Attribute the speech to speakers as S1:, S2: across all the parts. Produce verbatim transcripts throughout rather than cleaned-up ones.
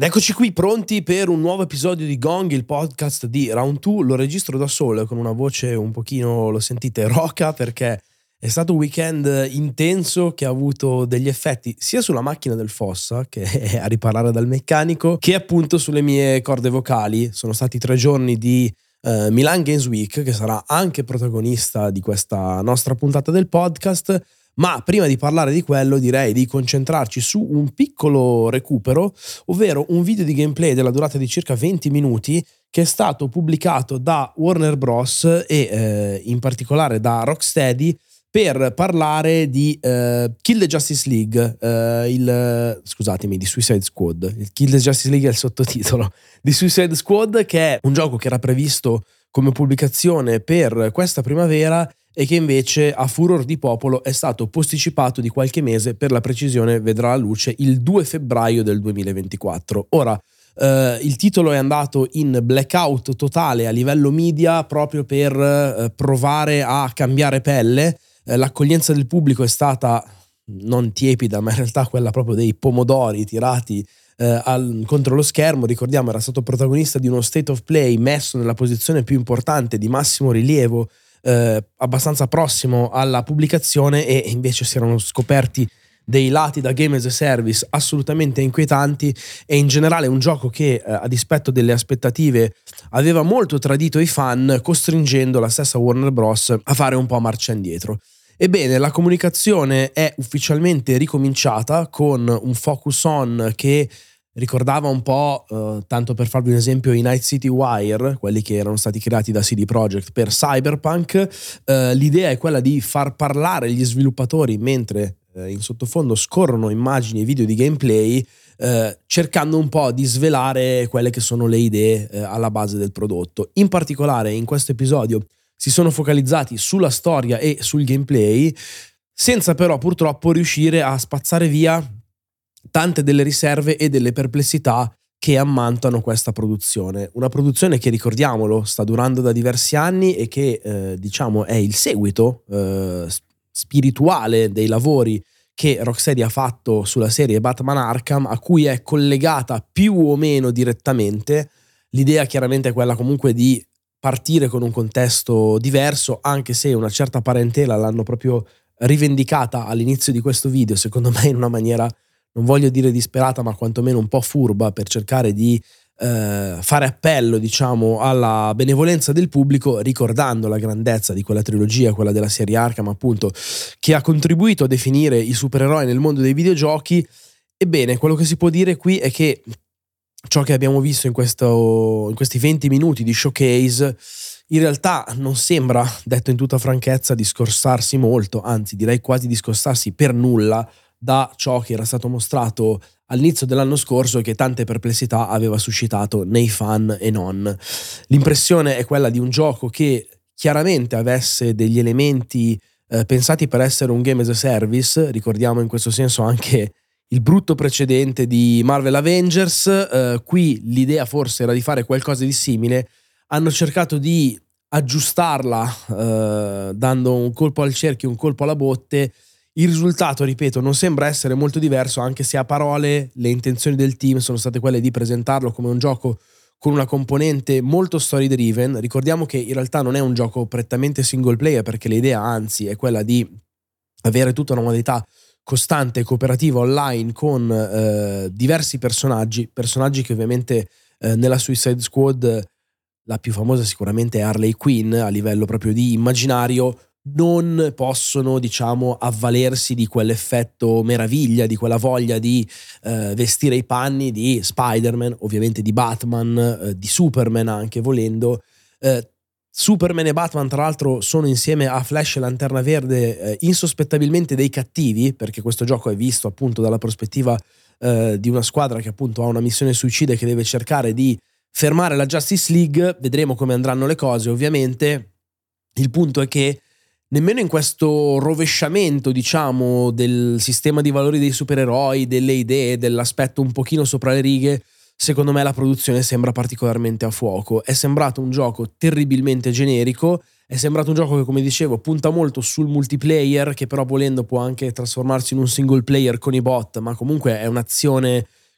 S1: Ed eccoci qui pronti per un nuovo episodio di Gong, il podcast di Round due. Lo registro da solo con una voce un pochino, lo sentite, roca, perché è stato un weekend intenso che ha avuto degli effetti sia sulla macchina del Fossa, che è a riparare dal meccanico, che appunto sulle mie corde vocali. Sono stati tre giorni di uh, Milan Games Week, che sarà anche protagonista di questa nostra puntata del podcast. Ma prima di parlare di quello direi di concentrarci su un piccolo recupero, ovvero un video di gameplay della durata di circa venti minuti che è stato pubblicato da Warner Bros. e eh, in particolare da Rocksteady per parlare di eh, Kill the Justice League, eh, il, scusatemi, di Suicide Squad. Il Kill the Justice League è il sottotitolo di Suicide Squad, che è un gioco che era previsto come pubblicazione per questa primavera e che invece a furor di popolo è stato posticipato di qualche mese. Per la precisione vedrà la luce il due febbraio del duemilaventiquattro. Ora, eh, il titolo è andato in blackout totale a livello media proprio per eh, provare a cambiare pelle. Eh, l'accoglienza del pubblico è stata non tiepida, ma in realtà quella proprio dei pomodori tirati eh, al, contro lo schermo. Ricordiamo, era stato protagonista di uno state of play messo nella posizione più importante, di massimo rilievo, Eh, abbastanza prossimo alla pubblicazione, e invece si erano scoperti dei lati da game as a service assolutamente inquietanti, e in generale un gioco che eh, a dispetto delle aspettative aveva molto tradito i fan, costringendo la stessa Warner Bros. A fare un po' marcia indietro. Ebbene, la comunicazione è ufficialmente ricominciata con un focus on che ricordava un po', uh, tanto per farvi un esempio, i Night City Wire, quelli che erano stati creati da C D Projekt per Cyberpunk. Uh, l'idea è quella di far parlare gli sviluppatori mentre uh, in sottofondo scorrono immagini e video di gameplay, uh, cercando un po' di svelare quelle che sono le idee uh, alla base del prodotto. In particolare in questo episodio si sono focalizzati sulla storia e sul gameplay, senza però purtroppo riuscire a spazzare via tante delle riserve e delle perplessità che ammantano questa produzione. Una produzione che, ricordiamolo, sta durando da diversi anni e che eh, diciamo è il seguito eh, spirituale dei lavori che Rocksteady ha fatto sulla serie Batman Arkham, a cui è collegata più o meno direttamente. L'idea chiaramente è quella comunque di partire con un contesto diverso, anche se una certa parentela l'hanno proprio rivendicata all'inizio di questo video, secondo me in una maniera, non voglio dire disperata, ma quantomeno un po' furba, per cercare di eh, fare appello, diciamo, alla benevolenza del pubblico, ricordando la grandezza di quella trilogia, quella della serie Arkham, appunto, che ha contribuito a definire i supereroi nel mondo dei videogiochi. Ebbene, quello che si può dire qui è che ciò che abbiamo visto in, questo, in questi venti minuti di showcase in realtà non sembra, detto in tutta franchezza, discostarsi molto, anzi direi quasi discostarsi per nulla da ciò che era stato mostrato all'inizio dell'anno scorso e che tante perplessità aveva suscitato nei fan e non. L'impressione è quella di un gioco che chiaramente avesse degli elementi eh, pensati per essere un game as a service. Ricordiamo in questo senso anche il brutto precedente di Marvel Avengers. Eh, qui l'idea forse era di fare qualcosa di simile. Hanno cercato di aggiustarla eh, dando un colpo al cerchio, un colpo alla botte. Il risultato, ripeto, non sembra essere molto diverso, anche se a parole le intenzioni del team sono state quelle di presentarlo come un gioco con una componente molto story driven. Ricordiamo che in realtà non è un gioco prettamente single player, perché l'idea anzi è quella di avere tutta una modalità costante e cooperativa online con eh, diversi personaggi, personaggi che ovviamente eh, nella Suicide Squad la più famosa sicuramente è Harley Quinn, a livello proprio di immaginario non possono, diciamo, avvalersi di quell'effetto meraviglia, di quella voglia di eh, vestire i panni di Spider-Man, ovviamente di Batman, eh, di Superman anche volendo. Eh, Superman e Batman tra l'altro sono insieme a Flash e Lanterna Verde eh, insospettabilmente dei cattivi, perché questo gioco è visto appunto dalla prospettiva eh, di una squadra che appunto ha una missione suicida e che deve cercare di fermare la Justice League. Vedremo come andranno le cose, ovviamente. Il punto è che nemmeno in questo rovesciamento, diciamo, del sistema di valori dei supereroi, delle idee, dell'aspetto un pochino sopra le righe, secondo me la produzione sembra particolarmente a fuoco. È sembrato un gioco terribilmente generico, è sembrato un gioco che, come dicevo, punta molto sul multiplayer, che però volendo può anche trasformarsi in un single player con i bot, ma comunque è un'azione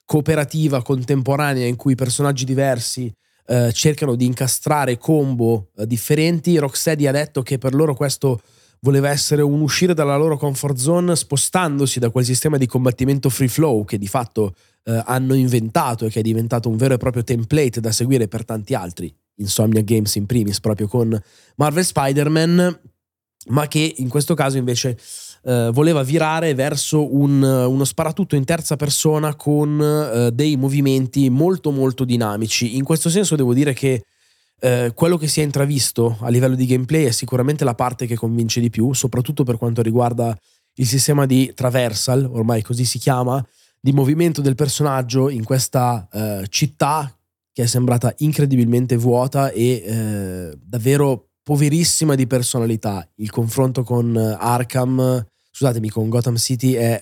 S1: cooperativa contemporanea in cui personaggi diversi eh, cercano di incastrare combo eh, differenti. Rocksteady ha detto che per loro questo voleva essere un uscire dalla loro comfort zone, spostandosi da quel sistema di combattimento free flow che di fatto eh, hanno inventato e che è diventato un vero e proprio template da seguire per tanti altri, Insomniac Games in primis, proprio con Marvel Spider-Man, ma che in questo caso invece eh, voleva virare verso un, uno sparatutto in terza persona con eh, dei movimenti molto molto dinamici. In questo senso devo dire che Eh, quello che si è intravisto a livello di gameplay è sicuramente la parte che convince di più, soprattutto per quanto riguarda il sistema di traversal, ormai così si chiama, di movimento del personaggio in questa eh, città che è sembrata incredibilmente vuota e eh, davvero poverissima di personalità. Il confronto con Arkham, scusatemi, con Gotham City è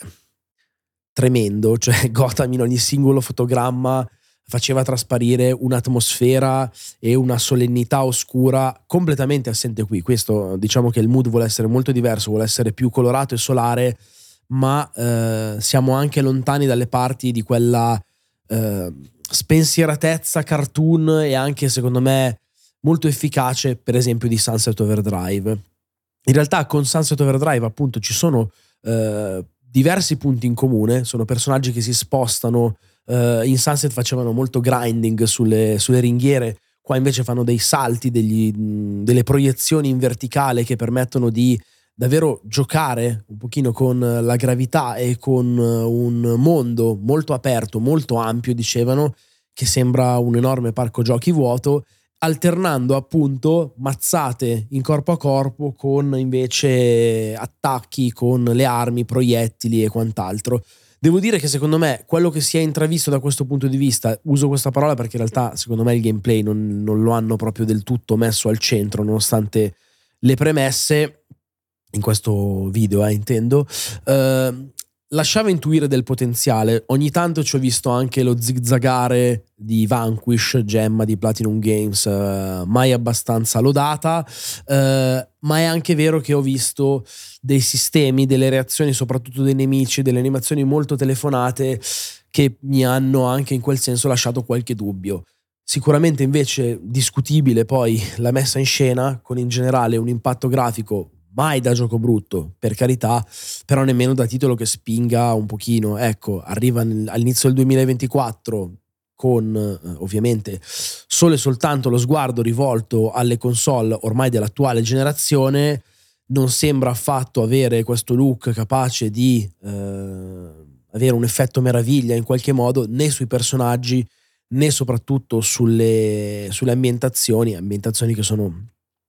S1: tremendo, cioè Gotham in ogni singolo fotogramma faceva trasparire un'atmosfera e una solennità oscura completamente assente qui. Questo, diciamo che il mood vuole essere molto diverso, vuole essere più colorato e solare, ma eh, siamo anche lontani dalle parti di quella eh, spensieratezza cartoon e anche, secondo me, molto efficace, per esempio, di Sunset Overdrive. In realtà con Sunset Overdrive appunto ci sono eh, diversi punti in comune, sono personaggi che si spostano. Uh, in Sunset facevano molto grinding sulle, sulle ringhiere, qua invece fanno dei salti, degli, mh, delle proiezioni in verticale che permettono di davvero giocare un pochino con la gravità e con un mondo molto aperto, molto ampio, dicevano, che sembra un enorme parco giochi vuoto, alternando appunto mazzate in corpo a corpo con invece attacchi con le armi, proiettili e quant'altro. Devo dire che secondo me quello che si è intravisto da questo punto di vista, uso questa parola perché in realtà secondo me il gameplay non, non lo hanno proprio del tutto messo al centro, nonostante le premesse, in questo video eh, intendo, eh, lasciava intuire del potenziale. Ogni tanto ci ho visto anche lo zigzagare di Vanquish, gemma di Platinum Games, eh, mai abbastanza lodata, eh, ma è anche vero che ho visto dei sistemi, delle reazioni soprattutto dei nemici, delle animazioni molto telefonate che mi hanno anche in quel senso lasciato qualche dubbio. Sicuramente invece discutibile poi la messa in scena, con in generale un impatto grafico mai da gioco brutto, per carità, però nemmeno da titolo che spinga un pochino. Ecco, arriva nel, all'inizio del duemilaventiquattro con eh, ovviamente solo e soltanto lo sguardo rivolto alle console ormai dell'attuale generazione, non sembra affatto avere questo look capace di eh, avere un effetto meraviglia in qualche modo, né sui personaggi né soprattutto sulle, sulle ambientazioni, ambientazioni che sono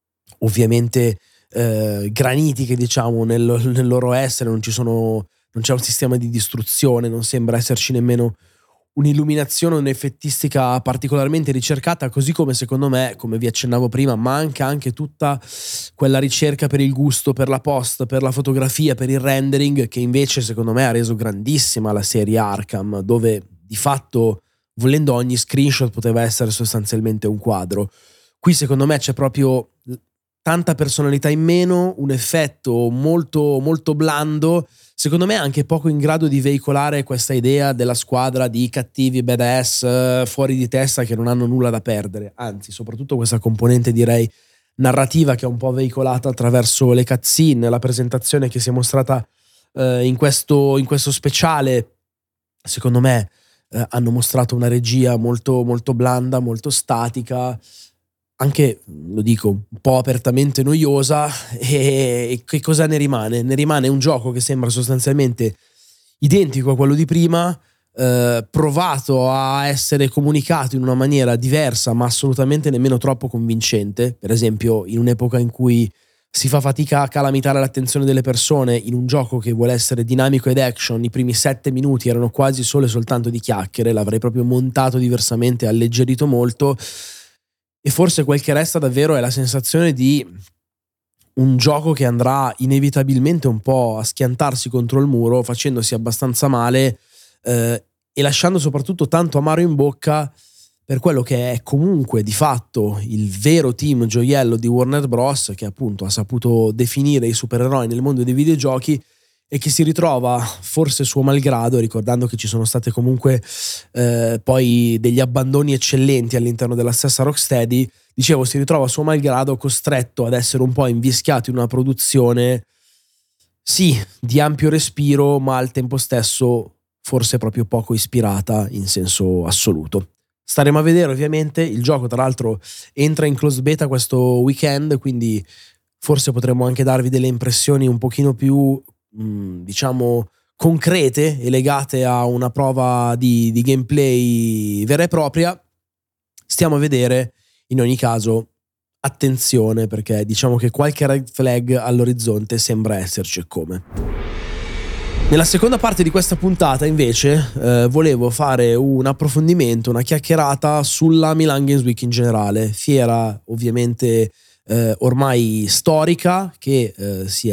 S1: ovviamente Eh, granitiche, diciamo, nel, nel loro essere. Non ci sono, non c'è un sistema di distruzione, non sembra esserci nemmeno un'illuminazione, un'effettistica particolarmente ricercata, così come secondo me, come vi accennavo prima, manca anche tutta quella ricerca per il gusto, per la post, per la fotografia, per il rendering, che invece secondo me ha reso grandissima la serie Arkham, dove di fatto, volendo, ogni screenshot poteva essere sostanzialmente un quadro. Qui secondo me c'è proprio tanta personalità in meno, un effetto molto molto blando, secondo me anche poco in grado di veicolare questa idea della squadra di cattivi badass fuori di testa che non hanno nulla da perdere, anzi soprattutto questa componente direi narrativa che è un po' veicolata attraverso le cutscene, la presentazione che si è mostrata eh, in questo in questo speciale, secondo me eh, hanno mostrato una regia molto molto blanda, molto statica, anche, lo dico, un po' apertamente noiosa. E che cosa ne rimane? Ne rimane un gioco che sembra sostanzialmente identico a quello di prima, eh, provato a essere comunicato in una maniera diversa ma assolutamente nemmeno troppo convincente. Per esempio, in un'epoca in cui si fa fatica a calamitare l'attenzione delle persone, in un gioco che vuole essere dinamico ed action, i primi sette minuti erano quasi solo e soltanto di chiacchiere, l'avrei proprio montato diversamente, alleggerito molto. E forse quel che resta davvero è la sensazione di un gioco che andrà inevitabilmente un po' a schiantarsi contro il muro, facendosi abbastanza male eh, e lasciando soprattutto tanto amaro in bocca per quello che è comunque di fatto il vero team gioiello di Warner Bros., che appunto ha saputo definire i supereroi nel mondo dei videogiochi e che si ritrova, forse suo malgrado, ricordando che ci sono state comunque eh, poi degli abbandoni eccellenti all'interno della stessa Rocksteady, dicevo, si ritrova suo malgrado costretto ad essere un po' invischiato in una produzione, sì, di ampio respiro, ma al tempo stesso forse proprio poco ispirata in senso assoluto. Staremo a vedere ovviamente, il gioco tra l'altro entra in closed beta questo weekend, quindi forse potremo anche darvi delle impressioni un pochino più, mh, diciamo, concrete e legate a una prova di, di gameplay vera e propria. Stiamo a vedere, in ogni caso, attenzione, perché diciamo che qualche red flag all'orizzonte sembra esserci e come. Nella seconda parte di questa puntata invece eh, volevo fare un approfondimento, una chiacchierata sulla Milan Games Week in generale, fiera ovviamente eh, ormai storica che eh, si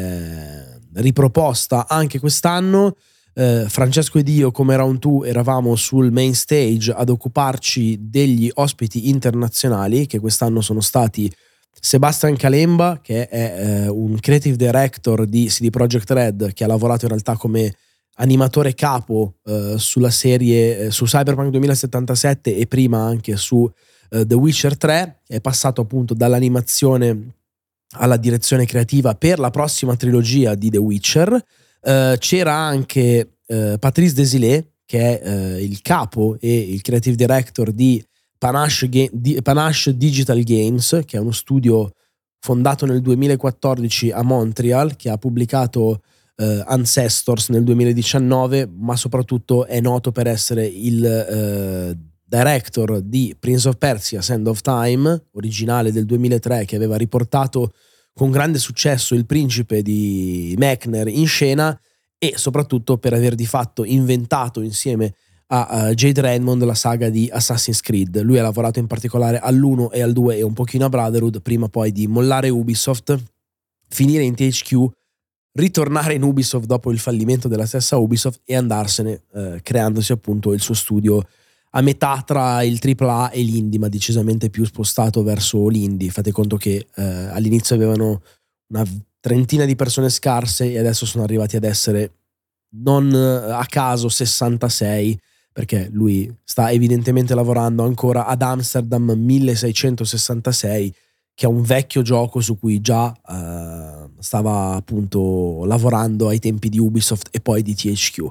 S1: è riproposta anche quest'anno. eh, Francesco ed io come Round due eravamo sul main stage ad occuparci degli ospiti internazionali che quest'anno sono stati Sebastian Kalemba, che è eh, un creative director di C D Projekt Red, che ha lavorato in realtà come animatore capo eh, sulla serie eh, su Cyberpunk duemilasettantasette e prima anche su eh, The Witcher tre. È passato appunto dall'animazione alla direzione creativa per la prossima trilogia di The Witcher. Eh, c'era anche eh, Patrice Desilets, che è eh, il capo e il creative director di Panache, Ga- di Panache Digital Games, che è uno studio fondato nel duemilaquattordici a Montreal, che ha pubblicato eh, Ancestors nel duemiladiciannove, ma soprattutto è noto per essere il eh, director di Prince of Persia Sand of Time, originale del duemilatré, che aveva riportato con grande successo il principe di Mechner in scena, e soprattutto per aver di fatto inventato insieme a uh, Jade Raymond la saga di Assassin's Creed. Lui ha lavorato in particolare all'uno e al due e un pochino a Brotherhood, prima poi di mollare Ubisoft, finire in T H Q, ritornare in Ubisoft dopo il fallimento della stessa Ubisoft e andarsene uh, creandosi appunto il suo studio a metà tra il tripla A e l'indie, ma decisamente più spostato verso l'indie. Fate conto che uh, all'inizio avevano una trentina di persone scarse e adesso sono arrivati ad essere, non a caso, sessantasei, perché lui sta evidentemente lavorando ancora ad Amsterdam milleseicentosessantasei, che è un vecchio gioco su cui già uh, stava appunto lavorando ai tempi di Ubisoft e poi di T H Q.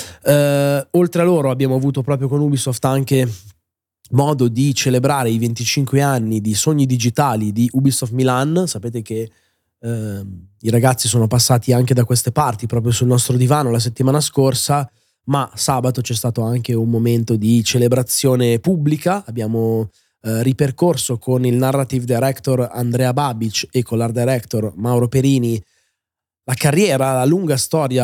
S1: Uh, oltre a loro abbiamo avuto proprio con Ubisoft anche modo di celebrare i venticinque anni di Sogni Digitali di Ubisoft Milan. Sapete che uh, i ragazzi sono passati anche da queste parti proprio sul nostro divano la settimana scorsa, ma sabato c'è stato anche un momento di celebrazione pubblica. Abbiamo eh, ripercorso con il narrative director Andrea Babic e con l'art director Mauro Perini la carriera, la lunga storia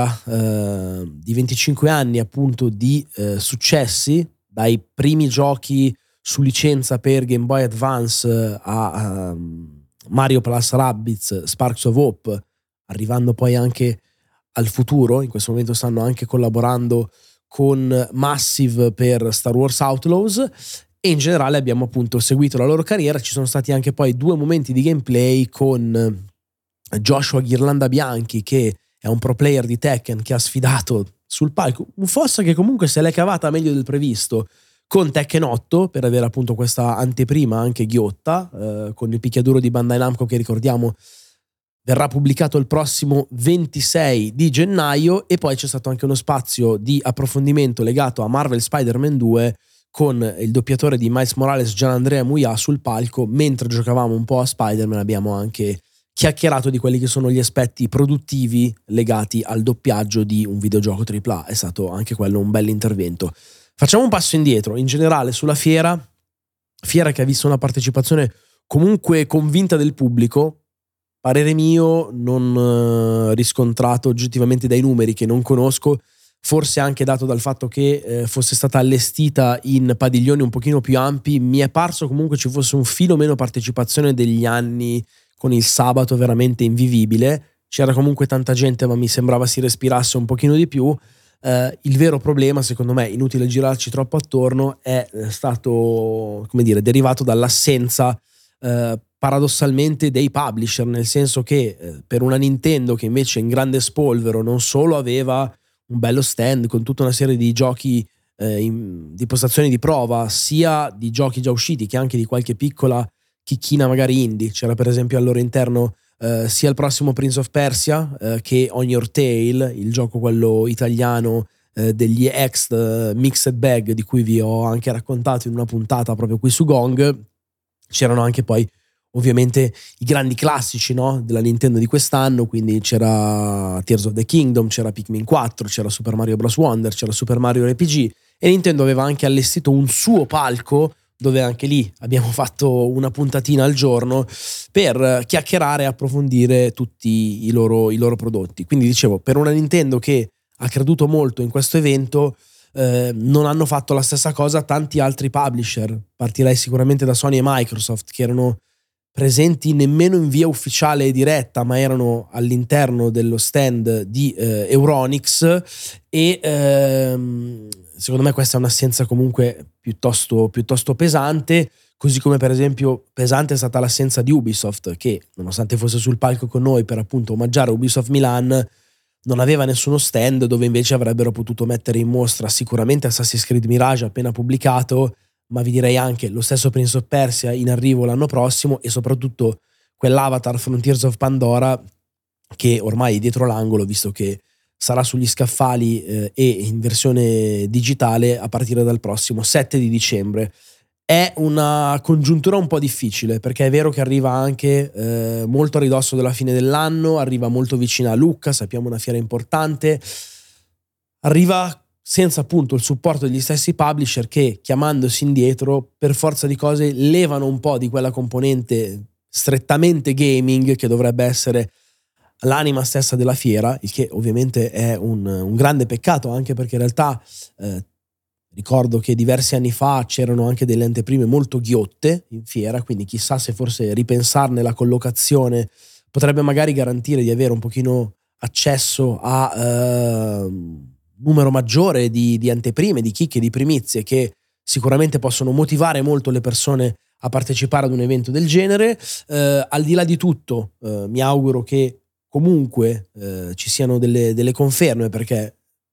S1: eh, di venticinque anni appunto di eh, successi, dai primi giochi su licenza per Game Boy Advance a um, Mario Plus Rabbids, Sparks of Hope, arrivando poi anche al futuro. In questo momento stanno anche collaborando con Massive per Star Wars Outlaws, e in generale abbiamo appunto seguito la loro carriera. Ci sono stati anche poi due momenti di gameplay con Joshua Ghirlanda Bianchi, che è un pro player di Tekken che ha sfidato sul palco un Fossa che comunque se l'è cavata meglio del previsto con Tekken otto, per avere appunto questa anteprima anche ghiotta eh, con il picchiaduro di Bandai Namco, che ricordiamo verrà pubblicato il prossimo ventisei di gennaio. E poi c'è stato anche uno spazio di approfondimento legato a Marvel Spider-Man due con il doppiatore di Miles Morales Gianandrea Muia sul palco. Mentre giocavamo un po' a Spider-Man abbiamo anche chiacchierato di quelli che sono gli aspetti produttivi legati al doppiaggio di un videogioco tripla A. È stato anche quello un bel intervento. Facciamo un passo indietro. In generale sulla fiera, fiera che ha visto una partecipazione comunque convinta del pubblico, parere mio, non eh, riscontrato oggettivamente dai numeri che non conosco, forse anche dato dal fatto che eh, fosse stata allestita in padiglioni un pochino più ampi. Mi è parso comunque ci fosse un filo meno partecipazione degli anni, con il sabato veramente invivibile. C'era comunque tanta gente, ma mi sembrava si respirasse un pochino di più. Eh, il vero problema, secondo me, inutile girarci troppo attorno, è stato, come dire, derivato dall'assenza eh, paradossalmente dei publisher, nel senso che eh, per una Nintendo che invece in grande spolvero non solo aveva un bello stand con tutta una serie di giochi eh, in, di postazioni di prova, sia di giochi già usciti che anche di qualche piccola chicchina magari indie. C'era per esempio al loro interno eh, sia il prossimo Prince of Persia eh, che On Your Tail, il gioco quello italiano eh, degli ex uh, Mixed Bag, di cui vi ho anche raccontato in una puntata proprio qui su Gong. C'erano anche poi ovviamente i grandi classici, no, della Nintendo di quest'anno, quindi c'era Tears of the Kingdom, c'era Pikmin quattro, c'era Super Mario Bros. Wonder, c'era Super Mario R P G, e Nintendo aveva anche allestito un suo palco dove anche lì abbiamo fatto una puntatina al giorno per chiacchierare e approfondire tutti i loro, i loro prodotti. Quindi dicevo, per una Nintendo che ha creduto molto in questo evento, eh, non hanno fatto la stessa cosa tanti altri publisher. Partirei sicuramente da Sony e Microsoft, che erano presenti nemmeno in via ufficiale e diretta, ma erano all'interno dello stand di eh, Euronics, e ehm, secondo me questa è un'assenza comunque piuttosto, piuttosto pesante, così come per esempio pesante è stata l'assenza di Ubisoft, che nonostante fosse sul palco con noi per appunto omaggiare Ubisoft Milan, non aveva nessuno stand dove invece avrebbero potuto mettere in mostra sicuramente Assassin's Creed Mirage appena pubblicato, ma vi direi anche lo stesso Prince of Persia in arrivo l'anno prossimo, e soprattutto quell'Avatar Frontiers of Pandora che ormai è dietro l'angolo, visto che sarà sugli scaffali eh, e in versione digitale a partire dal prossimo sette di dicembre. È una congiuntura un po' difficile, perché è vero che arriva anche eh, molto a ridosso della fine dell'anno, arriva molto vicina a Lucca, sappiamo una fiera importante, arriva senza appunto il supporto degli stessi publisher che, chiamandosi indietro, per forza di cose levano un po' di quella componente strettamente gaming che dovrebbe essere l'anima stessa della fiera, il che ovviamente è un, un grande peccato, anche perché in realtà eh, ricordo che diversi anni fa c'erano anche delle anteprime molto ghiotte in fiera, quindi chissà se forse ripensarne la collocazione potrebbe magari garantire di avere un pochino accesso a eh, numero maggiore di, di anteprime, di chicche, di primizie che sicuramente possono motivare molto le persone a partecipare ad un evento del genere. Eh, al di là di tutto eh, mi auguro che comunque eh, ci siano delle, delle conferme, perché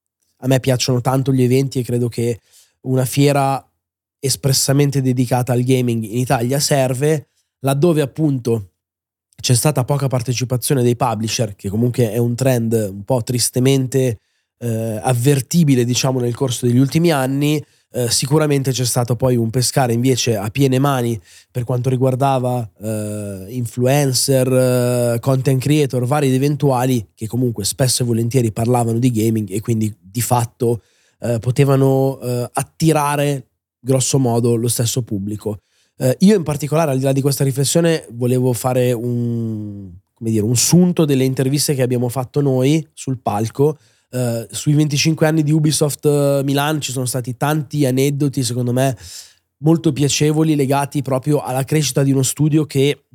S1: a me piacciono tanto gli eventi e credo che una fiera espressamente dedicata al gaming in Italia serve. Laddove appunto c'è stata poca partecipazione dei publisher, che comunque è un trend un po' tristemente eh, avvertibile diciamo nel corso degli ultimi anni, eh, sicuramente c'è stato poi un pescare invece a piene mani per quanto riguardava eh, influencer, eh, content creator vari ed eventuali, che comunque spesso e volentieri parlavano di gaming e quindi di fatto eh, potevano eh, attirare grosso modo lo stesso pubblico. Eh, io in particolare, al di là di questa riflessione, volevo fare un, come dire, un sunto delle interviste che abbiamo fatto noi sul palco. Uh, sui venticinque anni di Ubisoft uh, Milan ci sono stati tanti aneddoti secondo me molto piacevoli legati proprio alla crescita di uno studio che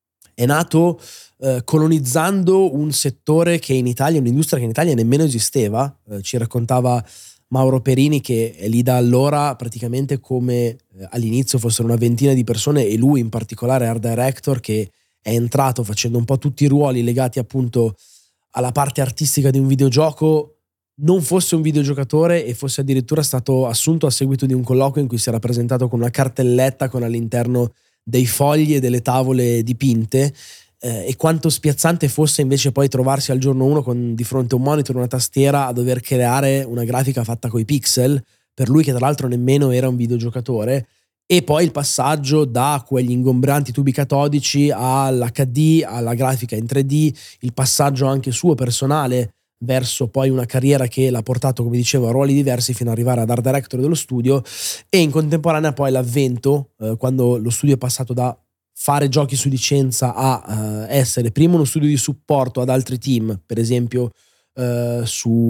S1: è nato uh, colonizzando un settore che in Italia, un'industria che in Italia nemmeno esisteva. Uh, ci raccontava Mauro Perini che è lì da allora praticamente come uh, all'inizio fossero una ventina di persone, e lui in particolare art director che è entrato facendo un po' tutti i ruoli legati appunto alla parte artistica di un videogioco, non fosse un videogiocatore e fosse addirittura stato assunto a seguito di un colloquio in cui si era presentato con una cartelletta con all'interno dei fogli e delle tavole dipinte, eh, e quanto spiazzante fosse invece poi trovarsi al giorno uno con di fronte a un monitor, una tastiera, a dover creare una grafica fatta coi pixel, per lui che tra l'altro nemmeno era un videogiocatore. E poi il passaggio da quegli ingombranti tubi catodici all'H D, alla grafica in tre D, il passaggio anche suo personale verso poi una carriera che l'ha portato, come dicevo, a ruoli diversi fino ad arrivare ad art director dello studio, e in contemporanea poi l'avvento, eh, quando lo studio è passato da fare giochi su licenza a eh, essere prima uno studio di supporto ad altri team, per esempio eh,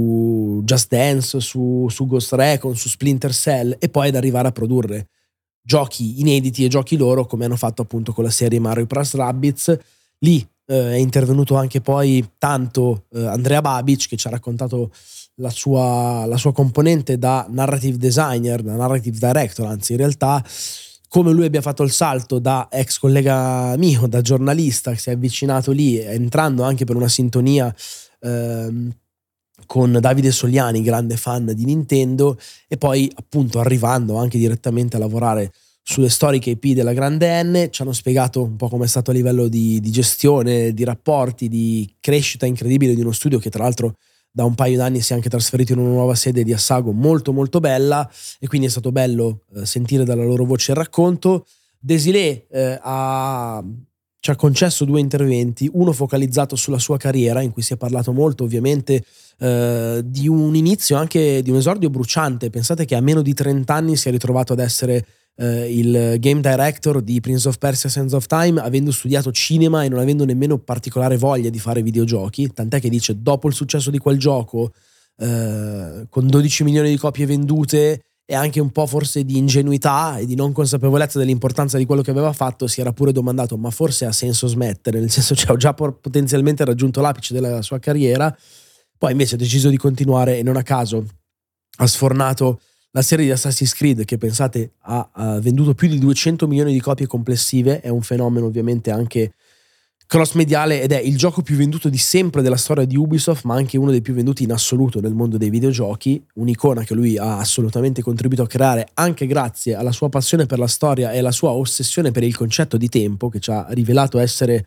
S1: su Just Dance, su, su Ghost Recon, su Splinter Cell, e poi ad arrivare a produrre giochi inediti e giochi loro, come hanno fatto appunto con la serie Mario Plus Rabbids. Lì eh, è intervenuto anche poi tanto eh, Andrea Babic, che ci ha raccontato la sua, la sua componente da narrative designer, da narrative director, anzi in realtà come lui abbia fatto il salto da ex collega mio, da giornalista, che si è avvicinato lì, entrando anche per una sintonia ehm, con Davide Soliani, grande fan di Nintendo, e poi appunto arrivando anche direttamente a lavorare sulle storiche I P della grande N. Ci hanno spiegato un po' come è stato a livello di, di gestione, di rapporti, di crescita incredibile di uno studio che tra l'altro da un paio d'anni si è anche trasferito in una nuova sede di Assago molto molto bella, e quindi è stato bello eh, sentire dalla loro voce il racconto. Desilé eh, ha, ci ha concesso due interventi, uno focalizzato sulla sua carriera, in cui si è parlato molto ovviamente eh, di un inizio, anche di un esordio bruciante. Pensate che a meno di trenta anni si è ritrovato ad essere Uh, il game director di Prince of Persia Sands of Time, avendo studiato cinema e non avendo nemmeno particolare voglia di fare videogiochi, tant'è che dice dopo il successo di quel gioco uh, con dodici milioni di copie vendute e anche un po' forse di ingenuità e di non consapevolezza dell'importanza di quello che aveva fatto, si era pure domandato ma forse ha senso smettere, nel senso cioè ho già potenzialmente raggiunto l'apice della sua carriera. Poi invece ha deciso di continuare e non a caso ha sfornato la serie di Assassin's Creed, che pensate ha, ha venduto più di duecento milioni di copie complessive. È un fenomeno ovviamente anche cross mediale ed è il gioco più venduto di sempre della storia di Ubisoft, ma anche uno dei più venduti in assoluto nel mondo dei videogiochi, un'icona che lui ha assolutamente contribuito a creare anche grazie alla sua passione per la storia e alla sua ossessione per il concetto di tempo, che ci ha rivelato essere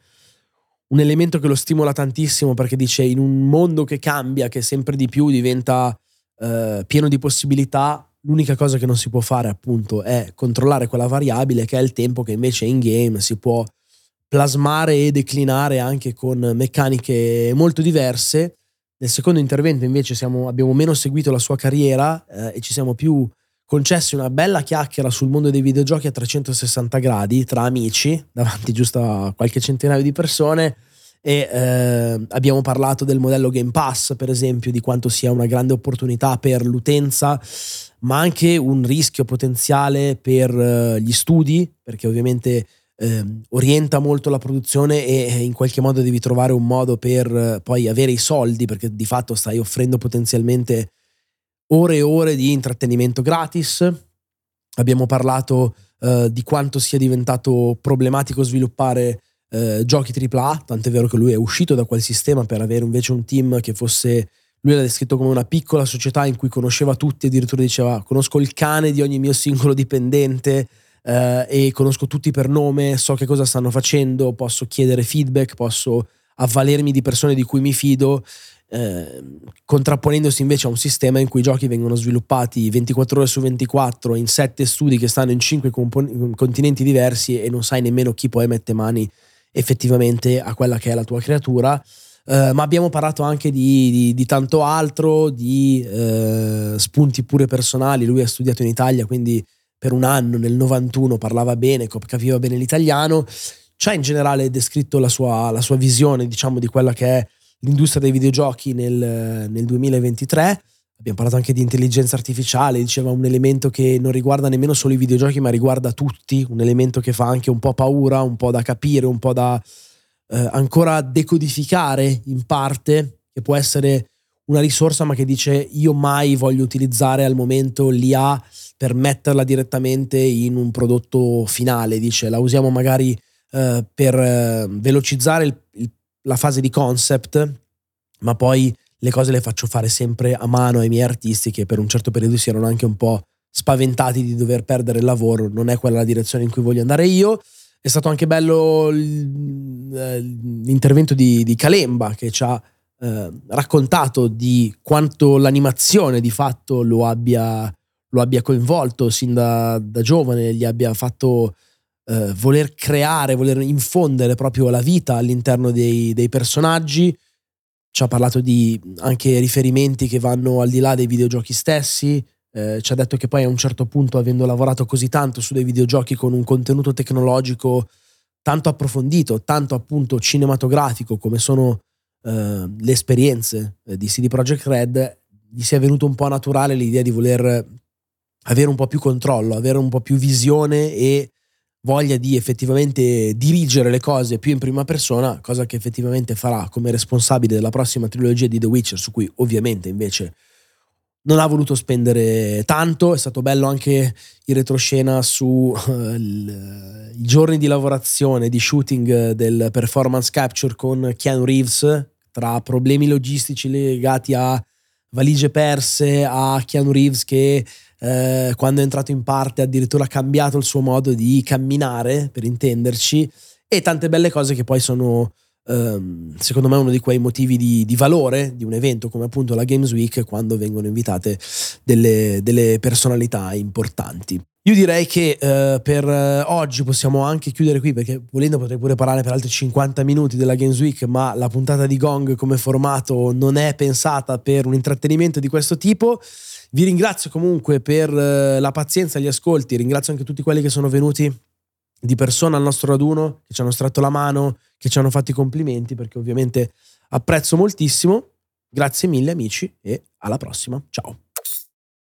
S1: un elemento che lo stimola tantissimo, perché dice in un mondo che cambia, che sempre di più diventa eh, pieno di possibilità, l'unica cosa che non si può fare appunto è controllare quella variabile che è il tempo, che invece in game si può plasmare e declinare anche con meccaniche molto diverse. Nel secondo intervento invece siamo, abbiamo meno seguito la sua carriera eh, e ci siamo più concessi una bella chiacchiera sul mondo dei videogiochi a trecentosessanta gradi tra amici, davanti giusto a qualche centinaio di persone, e eh, abbiamo parlato del modello Game Pass, per esempio, di quanto sia una grande opportunità per l'utenza, ma anche un rischio potenziale per uh, gli studi, perché ovviamente eh, orienta molto la produzione e in qualche modo devi trovare un modo per uh, poi avere i soldi, perché di fatto stai offrendo potenzialmente ore e ore di intrattenimento gratis. Abbiamo parlato uh, di quanto sia diventato problematico sviluppare uh, giochi tripla A, tant'è vero che lui è uscito da quel sistema per avere invece un team che fosse... Lui l'ha descritto come una piccola società in cui conosceva tutti, addirittura diceva conosco il cane di ogni mio singolo dipendente eh, e conosco tutti per nome, so che cosa stanno facendo, posso chiedere feedback, posso avvalermi di persone di cui mi fido, eh, contrapponendosi invece a un sistema in cui i giochi vengono sviluppati ventiquattro ore su ventiquattro in sette studi che stanno in cinque compon- continenti diversi e non sai nemmeno chi poi mette mani effettivamente a quella che è la tua creatura. Uh, ma abbiamo parlato anche di, di, di tanto altro, di uh, spunti pure personali. Lui ha studiato in Italia, quindi per un anno nel novantuno parlava bene, capiva bene l'italiano. Ci ha in generale descritto la sua, la sua visione, diciamo, di quella che è l'industria dei videogiochi nel, nel duemilaventitré. Abbiamo parlato anche di intelligenza artificiale, diceva un elemento che non riguarda nemmeno solo i videogiochi, ma riguarda tutti, un elemento che fa anche un po' paura, un po' da capire, un po' da... Eh, ancora decodificare in parte, che può essere una risorsa, ma che dice io mai voglio utilizzare al momento l'I A per metterla direttamente in un prodotto finale. Dice la usiamo magari eh, per eh, velocizzare il, il, la fase di concept, ma poi le cose le faccio fare sempre a mano ai miei artisti, che per un certo periodo si erano anche un po' spaventati di dover perdere il lavoro. Non è quella la direzione in cui voglio andare io. È stato anche bello l'intervento di, di Kalemba, che ci ha eh, raccontato di quanto l'animazione di fatto lo abbia, lo abbia coinvolto sin da, da giovane, gli abbia fatto eh, voler creare, voler infondere proprio la vita all'interno dei, dei personaggi. Ci ha parlato di anche riferimenti che vanno al di là dei videogiochi stessi. Eh, ci ha detto che poi a un certo punto, avendo lavorato così tanto su dei videogiochi con un contenuto tecnologico tanto approfondito, tanto appunto cinematografico come sono eh, le esperienze eh, di C D Projekt Red, gli sia venuto un po' naturale l'idea di voler avere un po' più controllo, avere un po' più visione e voglia di effettivamente dirigere le cose più in prima persona, cosa che effettivamente farà come responsabile della prossima trilogia di The Witcher, su cui ovviamente invece non ha voluto spendere tanto. È stato bello anche il retroscena su uh, il, i giorni di lavorazione, di shooting del performance capture con Keanu Reeves, tra problemi logistici legati a valigie perse, a Keanu Reeves che eh, quando è entrato in parte addirittura ha cambiato il suo modo di camminare, per intenderci, e tante belle cose che poi sono ehm, secondo me uno di quei motivi di, di valore di un evento come appunto la Games Week, quando vengono invitate delle, delle personalità importanti. Io direi che eh, per eh, oggi possiamo anche chiudere qui, perché volendo potrei pure parlare per altri cinquanta minuti della Games Week, ma la puntata di Gong come formato non è pensata per un intrattenimento di questo tipo. Vi ringrazio comunque per eh, la pazienza e gli ascolti, ringrazio anche tutti quelli che sono venuti di persona al nostro raduno, che ci hanno stretto la mano, che ci hanno fatto i complimenti, perché ovviamente apprezzo moltissimo. Grazie mille amici e alla prossima, ciao.